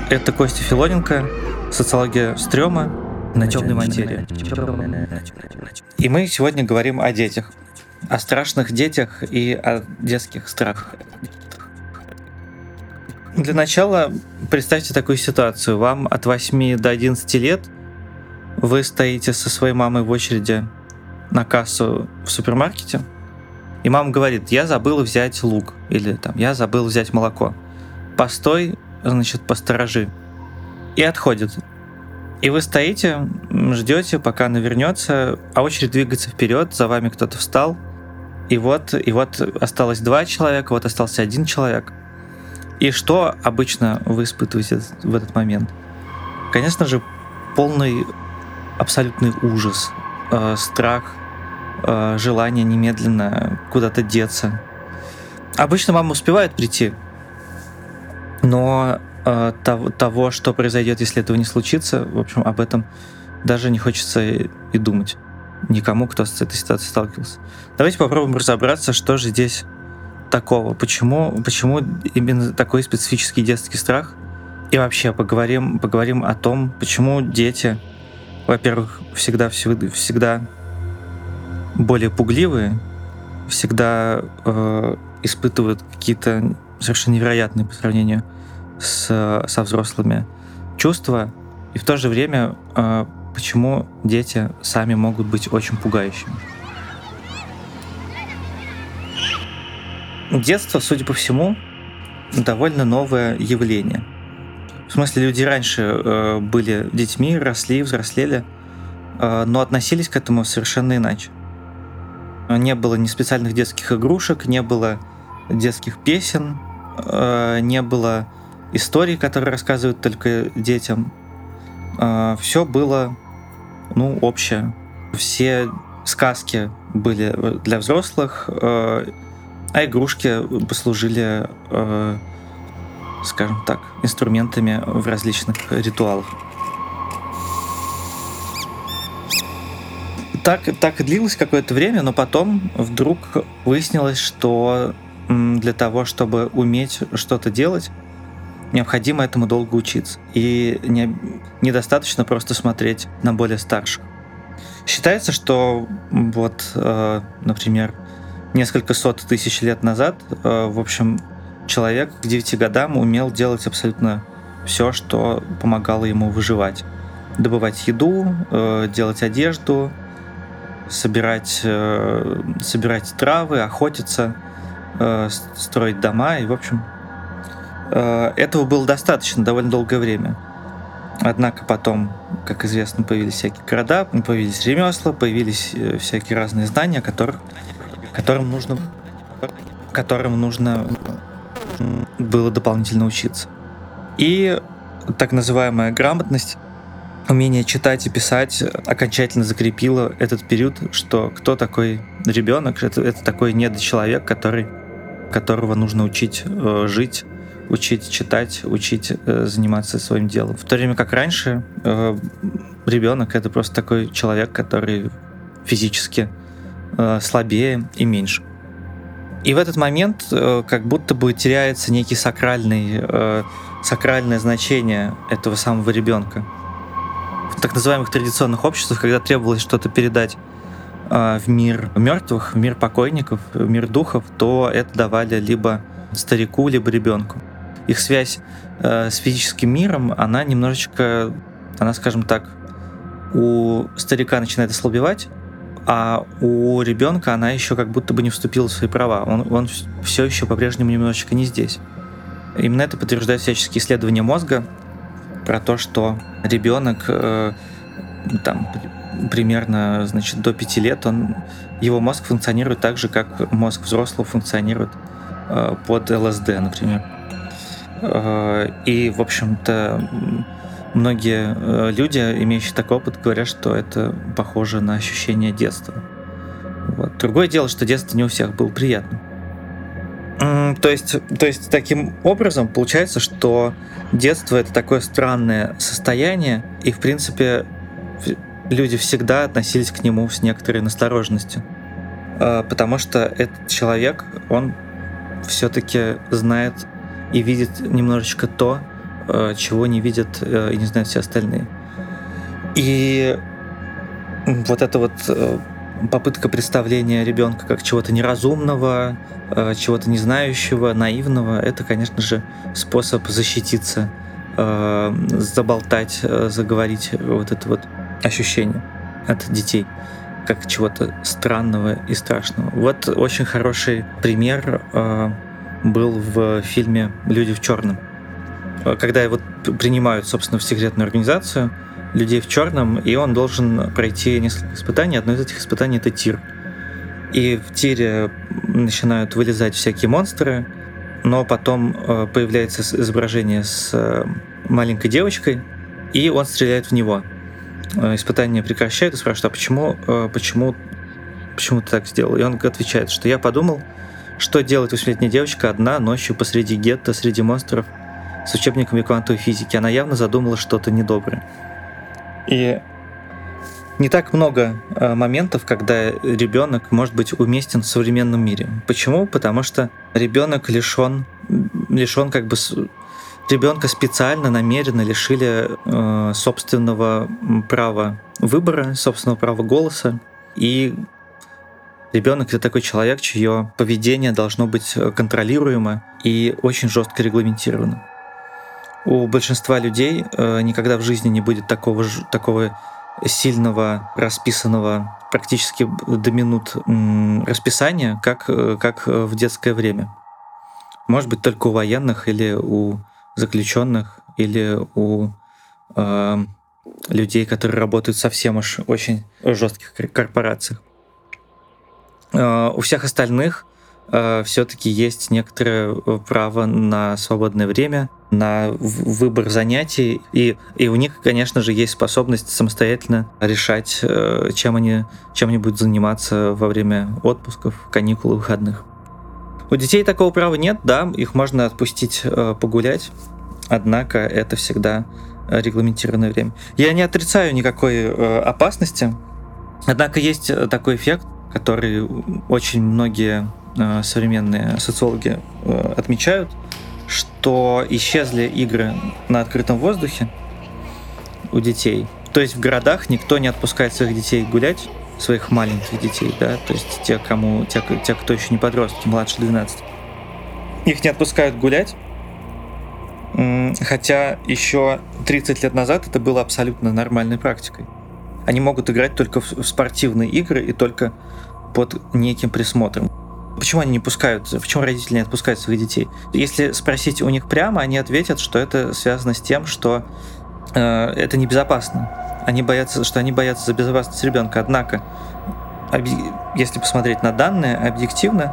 Это Костя Филоненко, социология стрёма на темной материи. И мы сегодня говорим о детях, о страшных детях и о детских страхах. Для начала представьте такую ситуацию. Вам от 8 до 11 лет, вы стоите со своей мамой в очереди на кассу в супермаркете, и мама говорит: я забыла взять лук, или там, я забыл взять молоко. Постой, значит, посторожи. И отходит. И вы стоите, ждете, пока она вернется, а очередь двигается вперед, за вами кто-то встал, и вот осталось 2 человека, вот остался 1 человек. И что обычно вы испытываете в этот момент? Конечно же, полный абсолютный ужас, страх, желание немедленно куда-то деться. Обычно мама успевает прийти, но того, что произойдет, если этого не случится, в общем, об этом даже не хочется и думать никому, кто с этой ситуацией сталкивался. Давайте попробуем разобраться, что же здесь такого, почему именно такой специфический детский страх, и вообще поговорим о том, почему дети, во-первых, всегда более пугливые, всегда испытывают какие-то совершенно невероятные по сравнению со взрослыми чувства, и в то же время почему дети сами могут быть очень пугающими. Детство, судя по всему, довольно новое явление. В смысле, люди раньше были детьми, росли, взрослели, но относились к этому совершенно иначе. Не было ни специальных детских игрушек, не было детских песен, не было историй, которые рассказывают только детям. Все было, общее. Все сказки были для взрослых, а игрушки послужили, скажем так, инструментами в различных ритуалах. Так и длилось какое-то время, но потом вдруг выяснилось, что для того, чтобы уметь что-то делать, необходимо этому долго учиться. И недостаточно просто смотреть на более старших. Считается, что например, несколько сот тысяч лет назад, в общем, человек к 9 годам умел делать абсолютно все, что помогало ему выживать. Добывать еду, делать одежду, собирать травы, охотиться, строить дома. И, в общем, этого было достаточно довольно долгое время. Однако потом, как известно, появились всякие города, появились ремесла, появились всякие разные знания, которым нужно было дополнительно учиться. И так называемая грамотность, умение читать и писать, окончательно закрепило этот период, что кто такой ребенок, это такой недочеловек, которого нужно учить жить, учить читать, учить заниматься своим делом. В то время как раньше ребенок — это просто такой человек, который физически слабее и меньше. И в этот момент как будто бы теряется некий сакральное значение этого самого ребенка. В так называемых традиционных обществах, когда требовалось что-то передать в мир мертвых, в мир покойников, в мир духов, то это давали либо старику, либо ребенку. Их связь с физическим миром, она немножечко, скажем так, у старика начинает ослабевать, а у ребенка она еще как будто бы не вступила в свои права. Он все еще по-прежнему немножечко не здесь. Именно это подтверждают всяческие исследования мозга про то, что ребенок примерно, до 5 лет его мозг функционирует так же, как мозг взрослого функционирует под ЛСД, например. И, в общем-то, многие люди, имеющие такой опыт, говорят, что это похоже на ощущение детства. Другое дело, что детство не у всех было приятным. То есть таким образом получается, что детство — это такое странное состояние, и, в принципе, люди всегда относились к нему с некоторой настороженностью. Потому что этот человек, он все-таки знает и видит немножечко то, чего не видят и не знают все остальные. И вот эта вот попытка представления ребенка как чего-то неразумного, чего-то незнающего, наивного, это, конечно же, способ защититься, заболтать, заговорить вот это вот ощущение от детей как чего-то странного и страшного. Вот очень хороший пример был в фильме «Люди в черном». Когда его принимают, собственно, в секретную организацию людей в черном, и он должен пройти несколько испытаний. Одно из этих испытаний — это тир. И в тире начинают вылезать всякие монстры, но потом появляется изображение с маленькой девочкой, и он стреляет в него. Испытание прекращают и спрашивают: а почему ты так сделал? И он отвечает, что я подумал, что делает 8-летняя девочка одна ночью посреди гетто, среди монстров, с учебниками квантовой физики. Она явно задумала что-то недоброе. И не так много моментов, когда ребенок может быть уместен в современном мире. Почему? Потому что ребенок лишен как бы... Ребенка специально, намеренно лишили собственного права выбора, собственного права голоса. И ребенок — это такой человек, чье поведение должно быть контролируемо и очень жестко регламентировано. У большинства людей никогда в жизни не будет такого сильного, расписанного практически до минут расписания, как в детское время. Может быть, только у военных или у заключенных, или у людей, которые работают совсем уж очень жестких корпорациях. У всех остальных все-таки есть некоторое право на свободное время, на выбор занятий, и у них, конечно же, есть способность самостоятельно решать, чем они будут заниматься во время отпусков, каникул и выходных. У детей такого права нет, да, их можно отпустить погулять, однако это всегда регламентированное время. Я не отрицаю никакой опасности, однако есть такой эффект, который очень многие современные социологи отмечают, что исчезли игры на открытом воздухе у детей. То есть в городах никто не отпускает своих детей гулять, своих маленьких детей, да, то есть те, кто еще не подростки, младше 12. Их не отпускают гулять, хотя еще 30 лет назад это было абсолютно нормальной практикой. Они могут играть только в спортивные игры и только под неким присмотром. Почему они не пускают, почему родители не отпускают своих детей? Если спросить у них прямо, они ответят, что это связано с тем, что это небезопасно. Они боятся за безопасность ребенка. Однако, если посмотреть на данные объективно,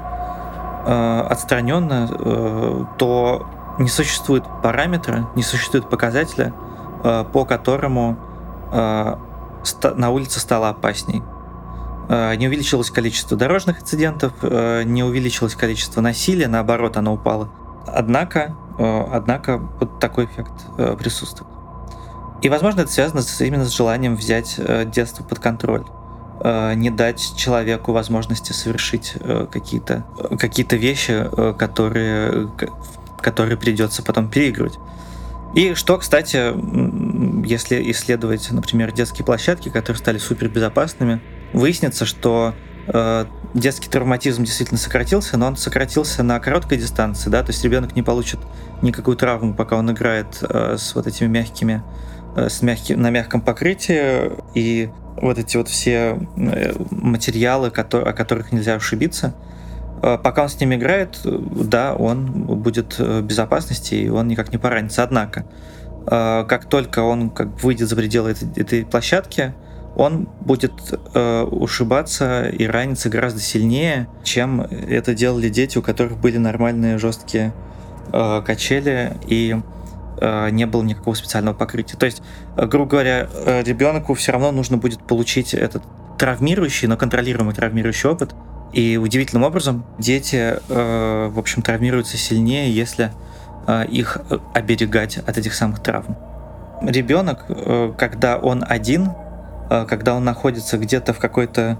отстраненно, то не существует параметра, не существует показателя, по которому на улице стало опасней. Не увеличилось количество дорожных инцидентов, не увеличилось количество насилия, наоборот, оно упало. Однако вот такой эффект присутствует. И, возможно, это связано именно с желанием взять детство под контроль, не дать человеку возможности совершить какие-то вещи, которые придется потом переигрывать. И что, кстати, если исследовать, например, детские площадки, которые стали супербезопасными, выяснится, что детский травматизм действительно сократился, но он сократился на короткой дистанции, да, то есть ребенок не получит никакую травму, пока он играет с вот этими на мягком покрытии, и вот эти вот все материалы, о которых нельзя ошибиться, пока он с ними играет, да, он будет в безопасности, и он никак не поранится. Однако, как только он выйдет за пределы этой площадки, он будет ушибаться и раниться гораздо сильнее, чем это делали дети, у которых были нормальные жесткие качели и не было никакого специального покрытия. То есть, грубо говоря, ребенку все равно нужно будет получить этот травмирующий, но контролируемый травмирующий опыт. И удивительным образом дети, в общем, травмируются сильнее, если их оберегать от этих самых травм. Ребенок, когда он один, когда он находится где-то в какой-то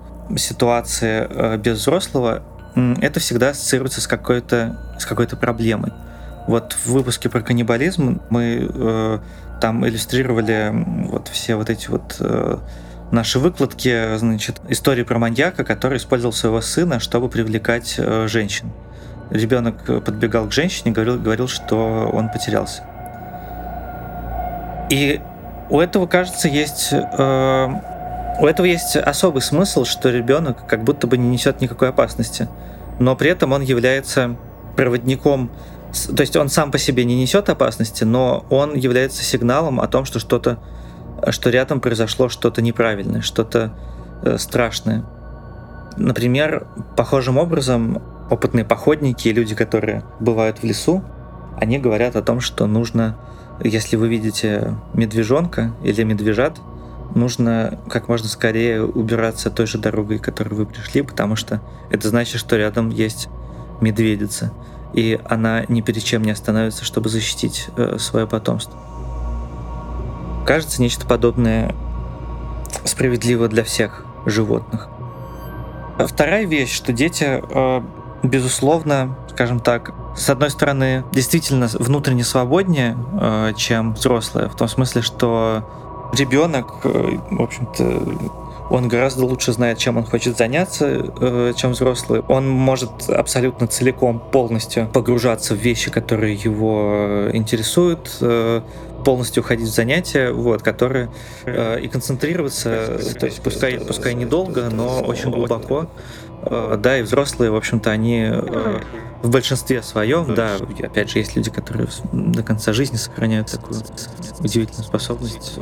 ситуации без взрослого, это всегда ассоциируется с какой-то проблемой. Вот в выпуске про каннибализм мы там иллюстрировали вот все вот эти вот наши выкладки, значит, истории про маньяка, который использовал своего сына, чтобы привлекать женщин. Ребенок подбегал к женщине, говорил, что он потерялся. И у этого, кажется, есть особый смысл, что ребенок как будто бы не несет никакой опасности, но при этом он является проводником, то есть он сам по себе не несет опасности, но он является сигналом о том, что рядом произошло что-то неправильное, что-то страшное. Например, похожим образом опытные походники и люди, которые бывают в лесу, они говорят о том, что нужно, если вы видите медвежонка или медвежат, нужно как можно скорее убираться той же дорогой, которой вы пришли, потому что это значит, что рядом есть медведица, и она ни перед чем не остановится, чтобы защитить свое потомство. Кажется, нечто подобное справедливо для всех животных. Вторая вещь, что дети, безусловно, скажем так, с одной стороны, действительно внутренне свободнее, чем взрослые, в том смысле, что ребенок, в общем-то, он гораздо лучше знает, чем он хочет заняться, чем взрослый. Он может абсолютно целиком, полностью погружаться в вещи, которые его интересуют, полностью уходить в занятия, вот, которые и концентрироваться, то есть пускай недолго, но очень глубоко. Да, и взрослые, в общем-то, они в большинстве своем, да, опять же, есть люди, которые до конца жизни сохраняют такую удивительную способность.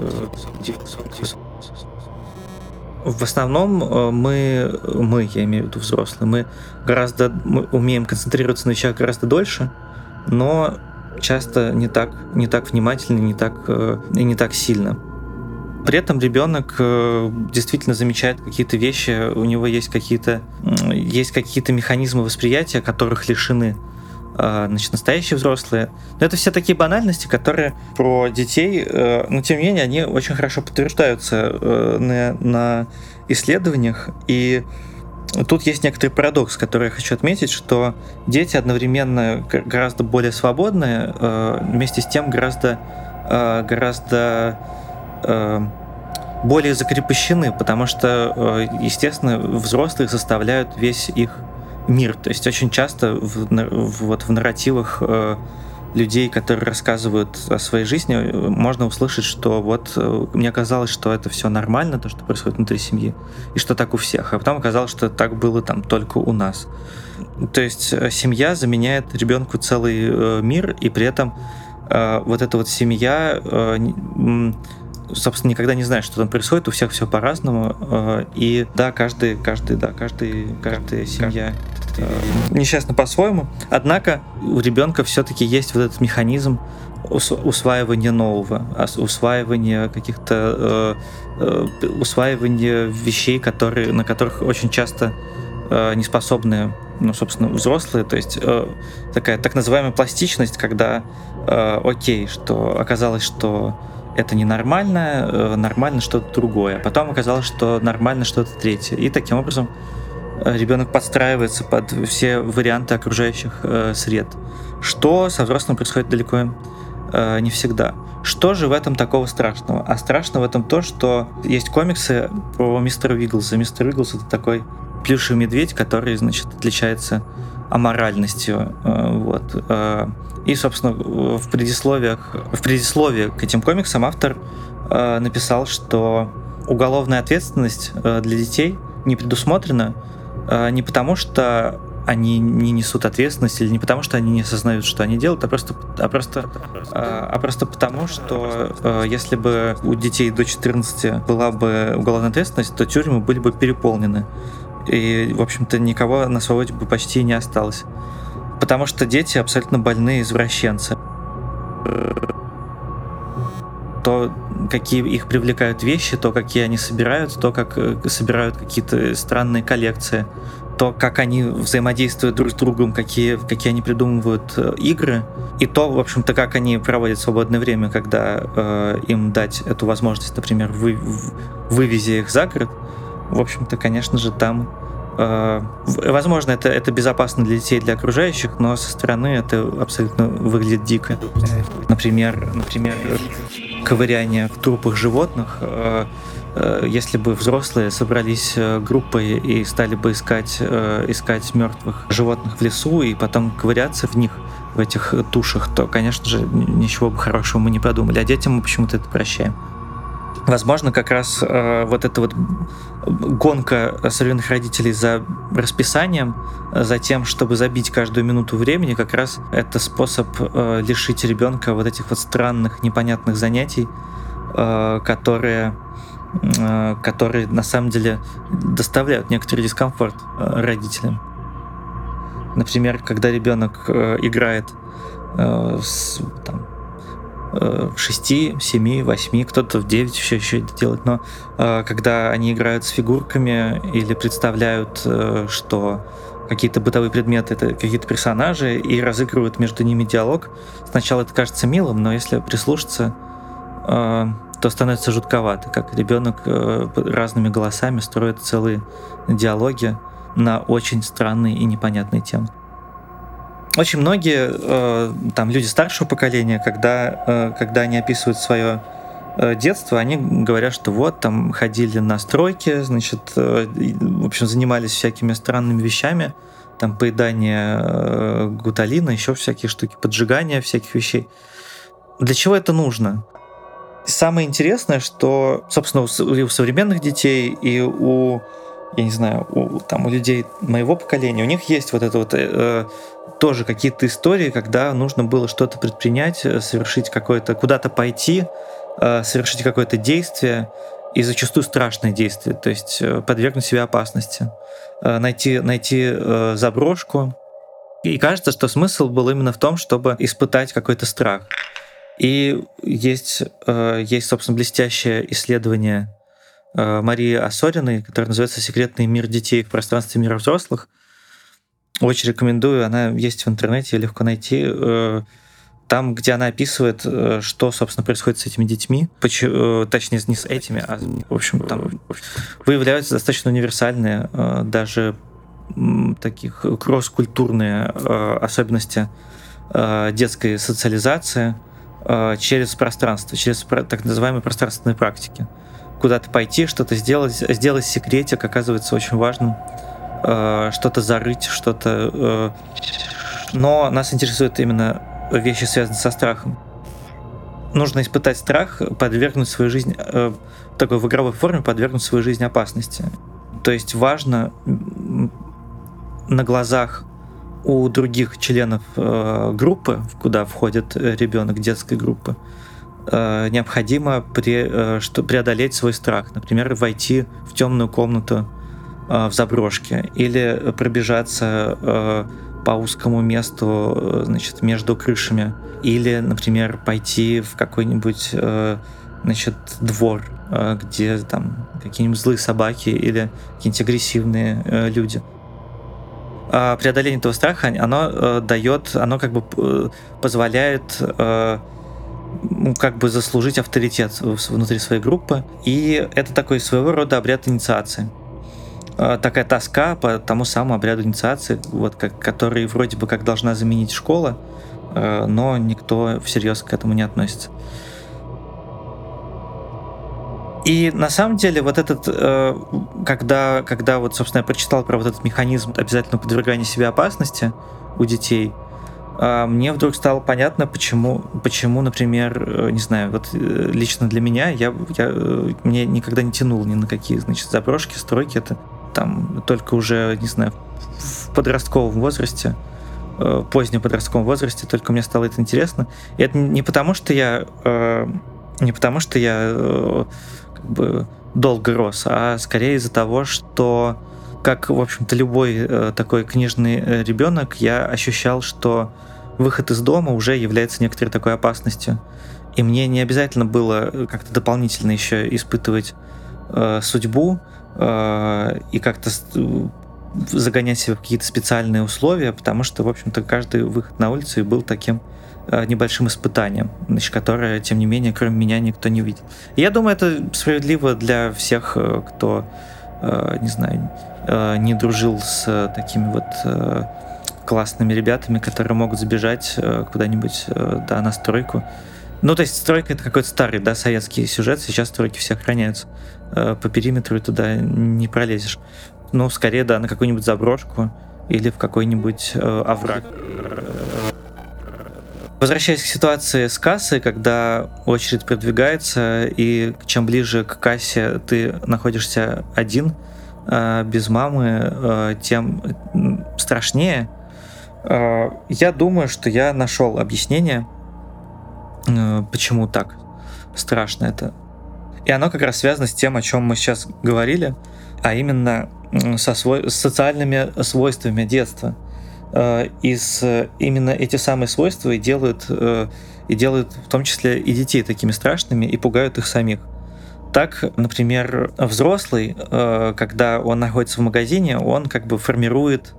В основном мы, я имею в виду взрослые, мы умеем концентрироваться на вещах гораздо дольше, но часто не так внимательно, не так сильно. При этом ребенок действительно замечает какие-то вещи, у него есть какие-то механизмы восприятия, которых лишены настоящие взрослые. Но это все такие банальности, которые про детей, но тем не менее они очень хорошо подтверждаются на исследованиях. И тут есть некоторый парадокс, который я хочу отметить, что дети одновременно гораздо более свободные, вместе с тем гораздо более закрепощены, потому что, естественно, взрослые составляют весь их мир. То есть очень часто в нарративах людей, которые рассказывают о своей жизни, можно услышать, что вот мне казалось, что это все нормально, то, что происходит внутри семьи, и что так у всех. А потом оказалось, что так было там только у нас. То есть семья заменяет ребенку целый мир, и при этом вот эта вот семья, собственно, никогда не знаешь, что там происходит, у всех все по-разному, и да, каждая семья несчастна по-своему. Однако у ребенка все-таки есть вот этот механизм усваивания нового, усваивания усваивания вещей, на которых очень часто не способны, собственно, взрослые. То есть такая так называемая пластичность, когда окей, что оказалось, что это ненормально, нормально что-то другое. Потом оказалось, что нормально что-то третье. И таким образом ребенок подстраивается под все варианты окружающих сред. Что со взрослым происходит далеко не всегда. Что же в этом такого страшного? А страшно в этом то, что есть комиксы про мистера Вигглса. Мистер Вигглс — это такой плюшевый медведь, который, значит, отличается аморальностью. Вот. И, собственно, в предисловии к этим комиксам автор написал, что уголовная ответственность для детей не предусмотрена не потому, что они не несут ответственность, или не потому, что они не осознают, что они делают, а просто потому, что если бы у детей до 14 была бы уголовная ответственность, то тюрьмы были бы переполнены. И, в общем-то, никого на свободе бы почти не осталось. Потому что дети абсолютно больные извращенцы. То, какие их привлекают вещи, то, какие они собирают, то, как собирают какие-то странные коллекции, то, как они взаимодействуют друг с другом, какие они придумывают игры, и то, в общем-то, как они проводят свободное время, когда им дать эту возможность, например, вывезя их за город. В общем-то, конечно же, там Возможно, это безопасно для детей, для окружающих, но со стороны это абсолютно выглядит дико. Например, ковыряние в трупах животных. Если бы взрослые собрались группой и стали бы искать мертвых животных в лесу и потом ковыряться в них, в этих тушах, то, конечно же, ничего бы хорошего мы не продумали. А детям мы почему-то это прощаем. Возможно, как раз вот эта вот гонка современных родителей за расписанием, за тем, чтобы забить каждую минуту времени, как раз это способ лишить ребенка вот этих вот странных, непонятных занятий, которые на самом деле доставляют некоторый дискомфорт родителям. Например, когда ребенок играет в 6, 7, 8, кто-то в 9 еще это делает, но когда они играют с фигурками или представляют, что какие-то бытовые предметы — это какие-то персонажи, и разыгрывают между ними диалог, сначала это кажется милым, но если прислушаться, то становится жутковато, как ребенок разными голосами строит целые диалоги на очень странные и непонятные темы. Очень многие там люди старшего поколения, когда они описывают свое детство, они говорят, что вот там ходили на стройки, значит, в общем, занимались всякими странными вещами, там поедание гуталина, еще всякие штуки, поджигание всяких вещей. Для чего это нужно? Самое интересное, что, собственно, и у современных детей, и я не знаю, у людей моего поколения, у них есть вот это вот тоже какие-то истории, когда нужно было что-то предпринять, совершить какое-то, куда-то пойти, совершить какое-то действие, и зачастую страшное действие, то есть подвергнуть себя опасности, найти заброшку. И кажется, что смысл был именно в том, чтобы испытать какой-то страх. И есть, собственно, блестящее исследование Марии Осориной, которое называется «Секретный мир детей в пространстве мира взрослых». Очень рекомендую, она есть в интернете, легко найти. Там, где она описывает, что, собственно, происходит с этими детьми, точнее, не с этими, а, в общем, там выявляются достаточно универсальные, даже таких кросс-культурные особенности детской социализации через пространство, через так называемые пространственные практики. Куда-то пойти, что-то сделать секретик оказывается очень важным, что-то зарыть, что-то... Но нас интересуют именно вещи, связанные со страхом. Нужно испытать страх, подвергнуть свою жизнь, такой в игровой форме, подвергнуть свою жизнь опасности. То есть важно на глазах у других членов группы, куда входит ребенок детской группы, необходимо преодолеть свой страх. Например, войти в темную комнату в заброшке или пробежаться по узкому месту, значит, между крышами, или, например, пойти в какой-нибудь, значит, двор, где там какие-нибудь злые собаки или какие-нибудь агрессивные люди. Преодоление этого страха, оно как бы позволяет как бы заслужить авторитет внутри своей группы, и это такой своего рода обряд инициации. Такая тоска по тому самому обряду инициации, вот, который вроде бы как должна заменить школа, но никто всерьез к этому не относится. И на самом деле вот этот, когда вот, собственно, я прочитал про вот этот механизм обязательного подвергания себя опасности у детей, мне вдруг стало понятно, почему, например, не знаю, вот лично для меня, мне никогда не тянуло ни на какие, значит, заброшки, стройки, это там только уже, не знаю, в подростковом возрасте, позднем подростковом возрасте, только мне стало это интересно. И это не потому, что я как бы долго рос, а скорее из-за того, что, как, в общем-то, любой такой книжный ребенок, я ощущал, что выход из дома уже является некоторой такой опасностью. И мне не обязательно было как-то дополнительно еще испытывать судьбу и как-то загонять себя в какие-то специальные условия, потому что, в общем-то, каждый выход на улицу и был таким небольшим испытанием, значит, которое, тем не менее, кроме меня никто не видел. И я думаю, это справедливо для всех, кто не знаю, не дружил с такими вот классными ребятами, которые могут забежать куда-нибудь, да, на стройку. Ну, то есть стройка — это какой-то старый, да, советский сюжет, сейчас стройки все охраняются. По периметру туда не пролезешь. Ну, скорее, да, на какую-нибудь заброшку или в какой-нибудь овраг. Возвращаясь к ситуации с кассой, когда очередь продвигается, и чем ближе к кассе ты находишься один, без мамы, тем страшнее. Я думаю, что я нашел объяснение, почему так страшно это. И оно как раз связано с тем, о чем мы сейчас говорили, а именно с социальными свойствами детства. Именно эти самые свойства и делают в том числе и детей такими страшными и пугают их самих. Так, например, взрослый, когда он находится в магазине, он как бы формирует,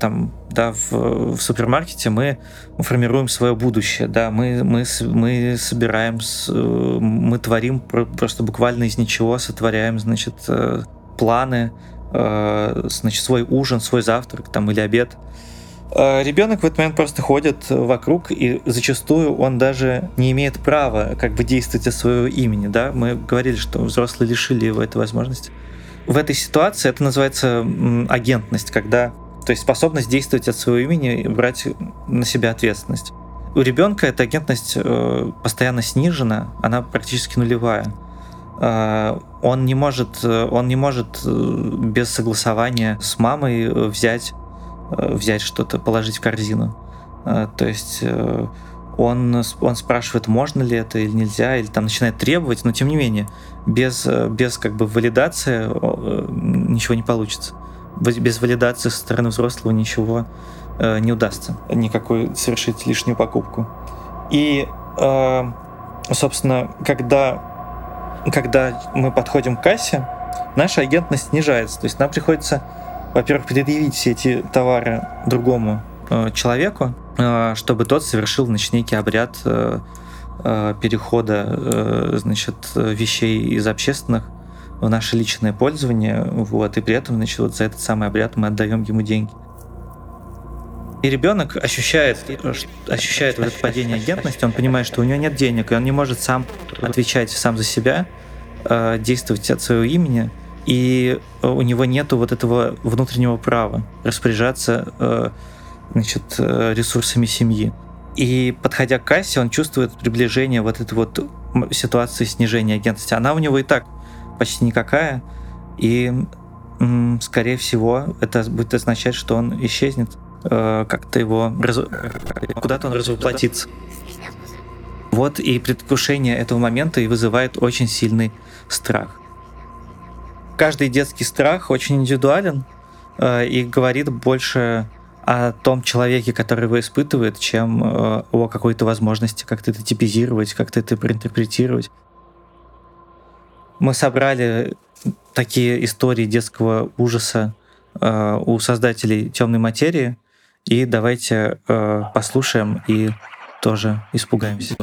в супермаркете мы формируем свое будущее, да, мы собираем, мы творим просто буквально из ничего, сотворяем, значит, планы, значит, свой ужин, свой завтрак там или обед. Ребенок в этот момент просто ходит вокруг, и зачастую он даже не имеет права как бы действовать от своего имени. Да? Мы говорили, что взрослые лишили его этой возможности. В этой ситуации это называется агентность, то есть способность действовать от своего имени и брать на себя ответственность. У ребенка эта агентность постоянно снижена, она практически нулевая. Он не может без согласования с мамой взять что-то, положить в корзину. То есть он спрашивает, можно ли это или нельзя, или там начинает требовать, но тем не менее, без как бы валидации ничего не получится. Без валидации со стороны взрослого ничего не удастся, никакой совершить лишнюю покупку. И, собственно, когда мы подходим к кассе, наша агентность снижается. То есть нам приходится, во-первых, предъявить все эти товары другому человеку, чтобы тот совершил, значит, некий обряд перехода, значит, вещей из общественных в наше личное пользование, вот, и при этом, значит, вот за этот самый обряд мы отдаем ему деньги. И ребенок ощущает вот это падение агентности, он понимает, что у него нет денег, и он не может сам отвечать сам за себя, действовать от своего имени, и у него нету вот этого внутреннего права распоряжаться, значит, ресурсами семьи. И подходя к кассе, он чувствует приближение вот этой вот ситуации снижения агентности. Она у него и так почти никакая, и, скорее всего, это будет означать, что он исчезнет, как-то куда-то он развоплотится. Вот и предвкушение этого момента и вызывает очень сильный страх. Каждый детский страх очень индивидуален и говорит больше о том человеке, который его испытывает, чем о какой-то возможности как-то это типизировать, как-то это проинтерпретировать. Мы собрали такие истории детского ужаса у создателей «Темной материи», и давайте послушаем и тоже испугаемся.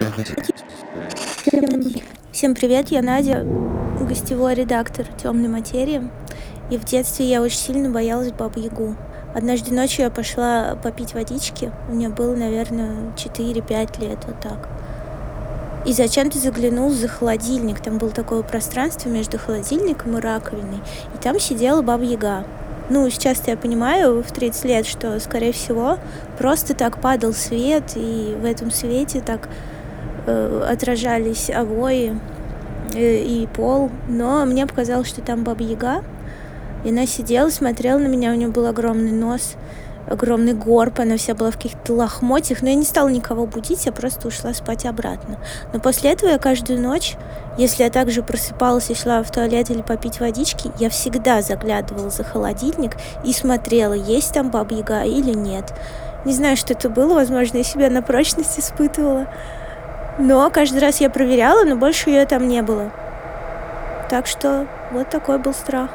Всем привет, я Надя, гостевой редактор «Темной материи». И в детстве я очень сильно боялась Бабу-Ягу. Однажды ночью я пошла попить водички. У меня было, наверное, 4-5 лет, вот так. И зачем-то заглянул за холодильник. Там было такое пространство между холодильником и раковиной. И там сидела Баба-Яга. Ну, сейчас я понимаю в 30 лет, что, скорее всего, просто так падал свет, и в этом свете так отражались обои и пол. Но мне показалось, что там Баба-Яга. И она сидела, смотрела на меня, у нее был огромный нос, огромный горб, она вся была в каких-то лохмотьях, но я не стала никого будить, я просто ушла спать обратно. Но после этого я каждую ночь, если я также просыпалась и шла в туалет или попить водички, я всегда заглядывала за холодильник и смотрела, есть там Баба-Яга или нет. Не знаю, что это было, возможно, я себя на прочность испытывала, но каждый раз я проверяла, но больше ее там не было. Так что вот такой был страх.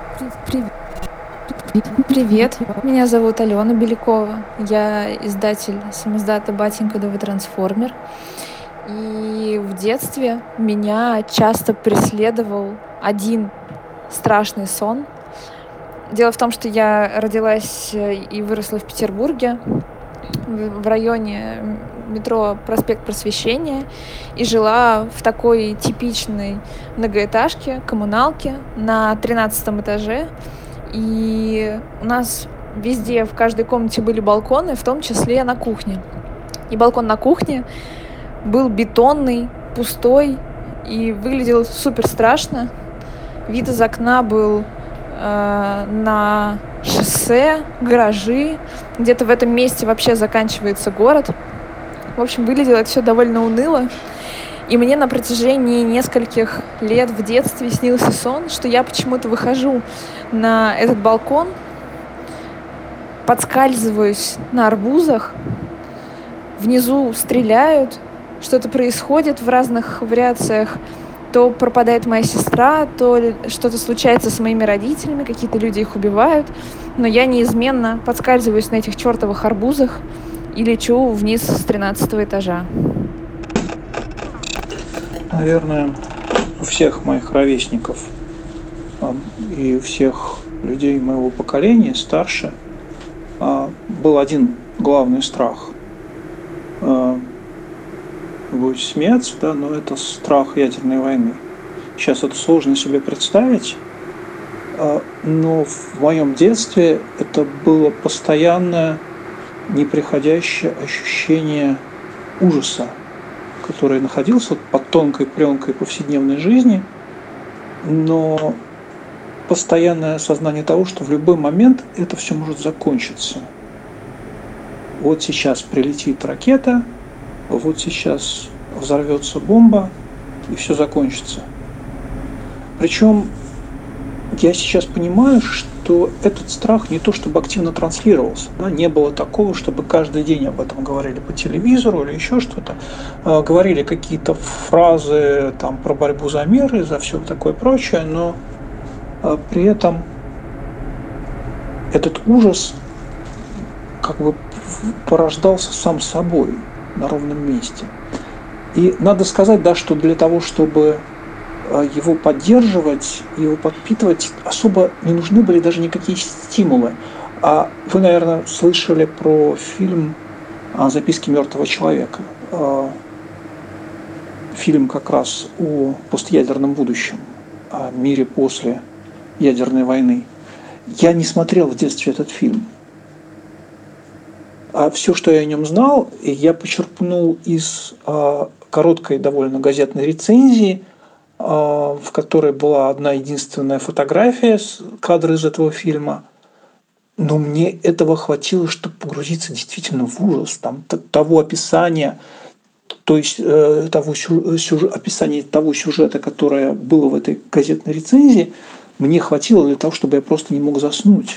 Привет, меня зовут Алена Белякова, я издатель самиздата «Батенька да вы трансформер». И в детстве меня часто преследовал один страшный сон. Дело в том, что я родилась и выросла в Петербурге, в районе метро Проспект Просвещения, и жила в такой типичной многоэтажке, коммуналке на 13 этаже. И у нас везде, в каждой комнате были балконы, в том числе на кухне. И балкон на кухне был бетонный, пустой и выглядел супер страшно. Вид из окна был на шоссе, гаражи. Где-то в этом месте вообще заканчивается город. В общем, выглядело это все довольно уныло. И мне на протяжении нескольких лет в детстве снился сон, что я почему-то выхожу на этот балкон, подскальзываюсь на арбузах, внизу стреляют, что-то происходит в разных вариациях. То пропадает моя сестра, то что-то случается с моими родителями, какие-то люди их убивают. Но я неизменно подскальзываюсь на этих чертовых арбузах и лечу вниз с 13 этажа. Наверное, у всех моих ровесников и у всех людей моего поколения, старше, был один главный страх. Будете смеяться, да, но это страх ядерной войны. Сейчас это сложно себе представить, но в моем детстве это было постоянное, неприходящее ощущение ужаса, который находился под тонкой пленкой повседневной жизни, но постоянное осознание того, что в любой момент это все может закончиться. Вот сейчас прилетит ракета, вот сейчас взорвется бомба, и все закончится. Причем я сейчас понимаю, что этот страх не то чтобы активно транслировался. Да? Не было такого, чтобы каждый день об этом говорили по телевизору или еще что-то. Говорили какие-то фразы там, про борьбу за мир и за все такое прочее, но при этом этот ужас как бы порождался сам собой на ровном месте. И надо сказать, да, что для того, чтобы его поддерживать, его подпитывать, особо не нужны были даже никакие стимулы. А вы, наверное, слышали про фильм «Записки мертвого человека». Фильм как раз о постядерном будущем, о мире после ядерной войны. Я не смотрел в детстве этот фильм. А все, что я о нем знал, я почерпнул из короткой довольно газетной рецензии, в которой была одна единственная фотография, кадр из этого фильма. Но мне этого хватило, чтобы погрузиться действительно в ужас. Там, того описания, то есть описания того сюжета, которое было в этой газетной рецензии, мне хватило для того, чтобы я просто не мог заснуть.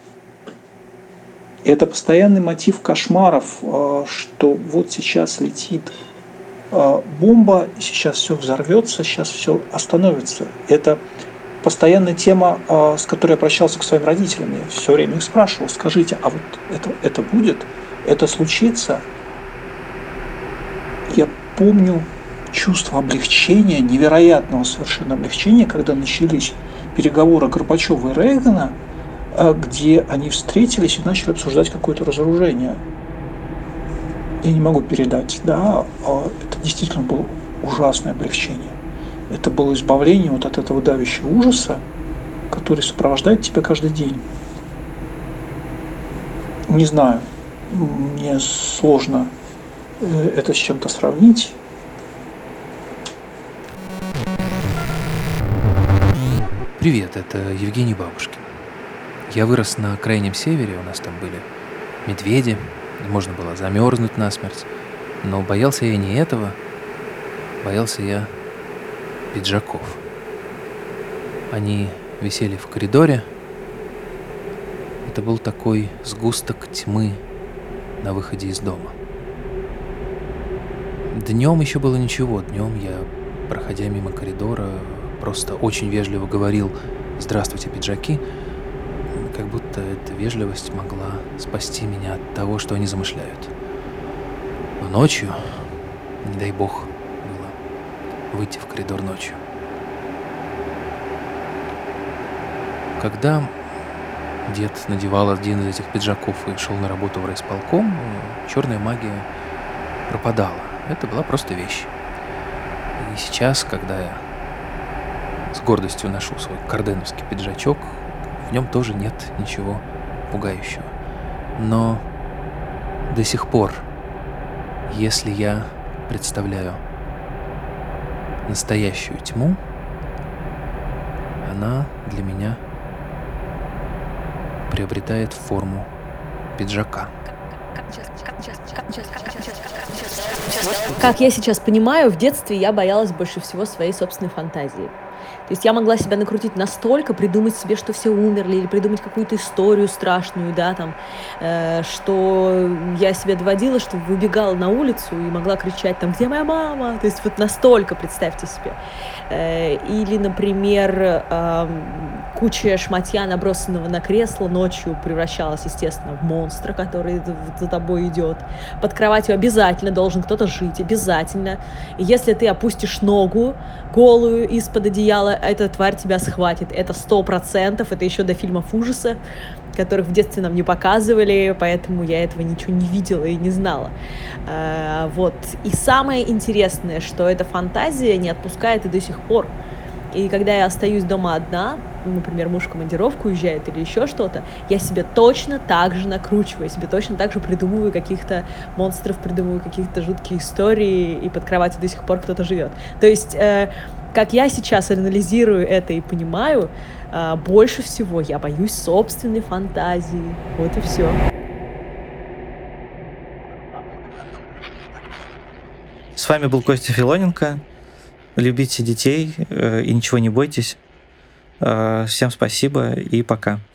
Это постоянный мотив кошмаров, что вот сейчас летит бомба, сейчас все взорвется, сейчас все остановится. Это постоянная тема, с которой я обращался к своим родителям. Я все время их спрашивал: скажите, а вот это будет? Это случится? Я помню чувство облегчения, невероятного совершенно облегчения, когда начались переговоры Горбачева и Рейгана, где они встретились и начали обсуждать какое-то разоружение. Я не могу передать, да, это действительно было ужасное облегчение. Это было избавление вот от этого давящего ужаса, который сопровождает тебя каждый день. Не знаю, мне сложно это с чем-то сравнить. Привет, это Евгений Бабушкин. Я вырос на крайнем севере, у нас там были медведи, можно было замерзнуть насмерть. Но боялся я не этого, боялся я пиджаков. Они висели в коридоре. Это был такой сгусток тьмы на выходе из дома. Днем еще было ничего. Днем я, проходя мимо коридора, просто очень вежливо говорил: «Здравствуйте, пиджаки», как будто эта вежливость могла спасти меня от того, что они замышляют. Но ночью, не дай бог, было выйти в коридор ночью. Когда дед надевал один из этих пиджаков и шел на работу в райисполком, черная магия пропадала. Это была просто вещь. И сейчас, когда я с гордостью ношу свой карденовский пиджачок, в нем тоже нет ничего пугающего. Но до сих пор, если я представляю настоящую тьму, она для меня приобретает форму пиджака. Как я сейчас понимаю, в детстве я боялась больше всего своей собственной фантазии. То есть я могла себя накрутить настолько, придумать себе, что все умерли, или придумать какую-то историю страшную, да, там, что я себя доводила, что выбегала на улицу и могла кричать там: где моя мама? То есть вот настолько, представьте себе. Или, например, куча шматья, набросанного на кресло, ночью превращалась, естественно, в монстра, который за тобой идет. Под кроватью обязательно должен кто-то жить, обязательно. И если ты опустишь ногу голую из-под одеяла, эта тварь тебя схватит. Это 100%. Это еще до фильмов ужаса, которых в детстве нам не показывали, поэтому я этого ничего не видела и не знала. Вот. И самое интересное, что эта фантазия не отпускает и до сих пор. И когда я остаюсь дома одна, например, муж в командировку уезжает или еще что-то, я себе точно так же накручиваю, себе точно так же придумываю каких-то монстров, придумываю какие-то жуткие истории, и под кроватью до сих пор кто-то живет. То есть, как я сейчас анализирую это и понимаю, больше всего я боюсь собственной фантазии. Вот и все. С вами был Костя Филоненко. Любите детей и ничего не бойтесь. Всем спасибо и пока.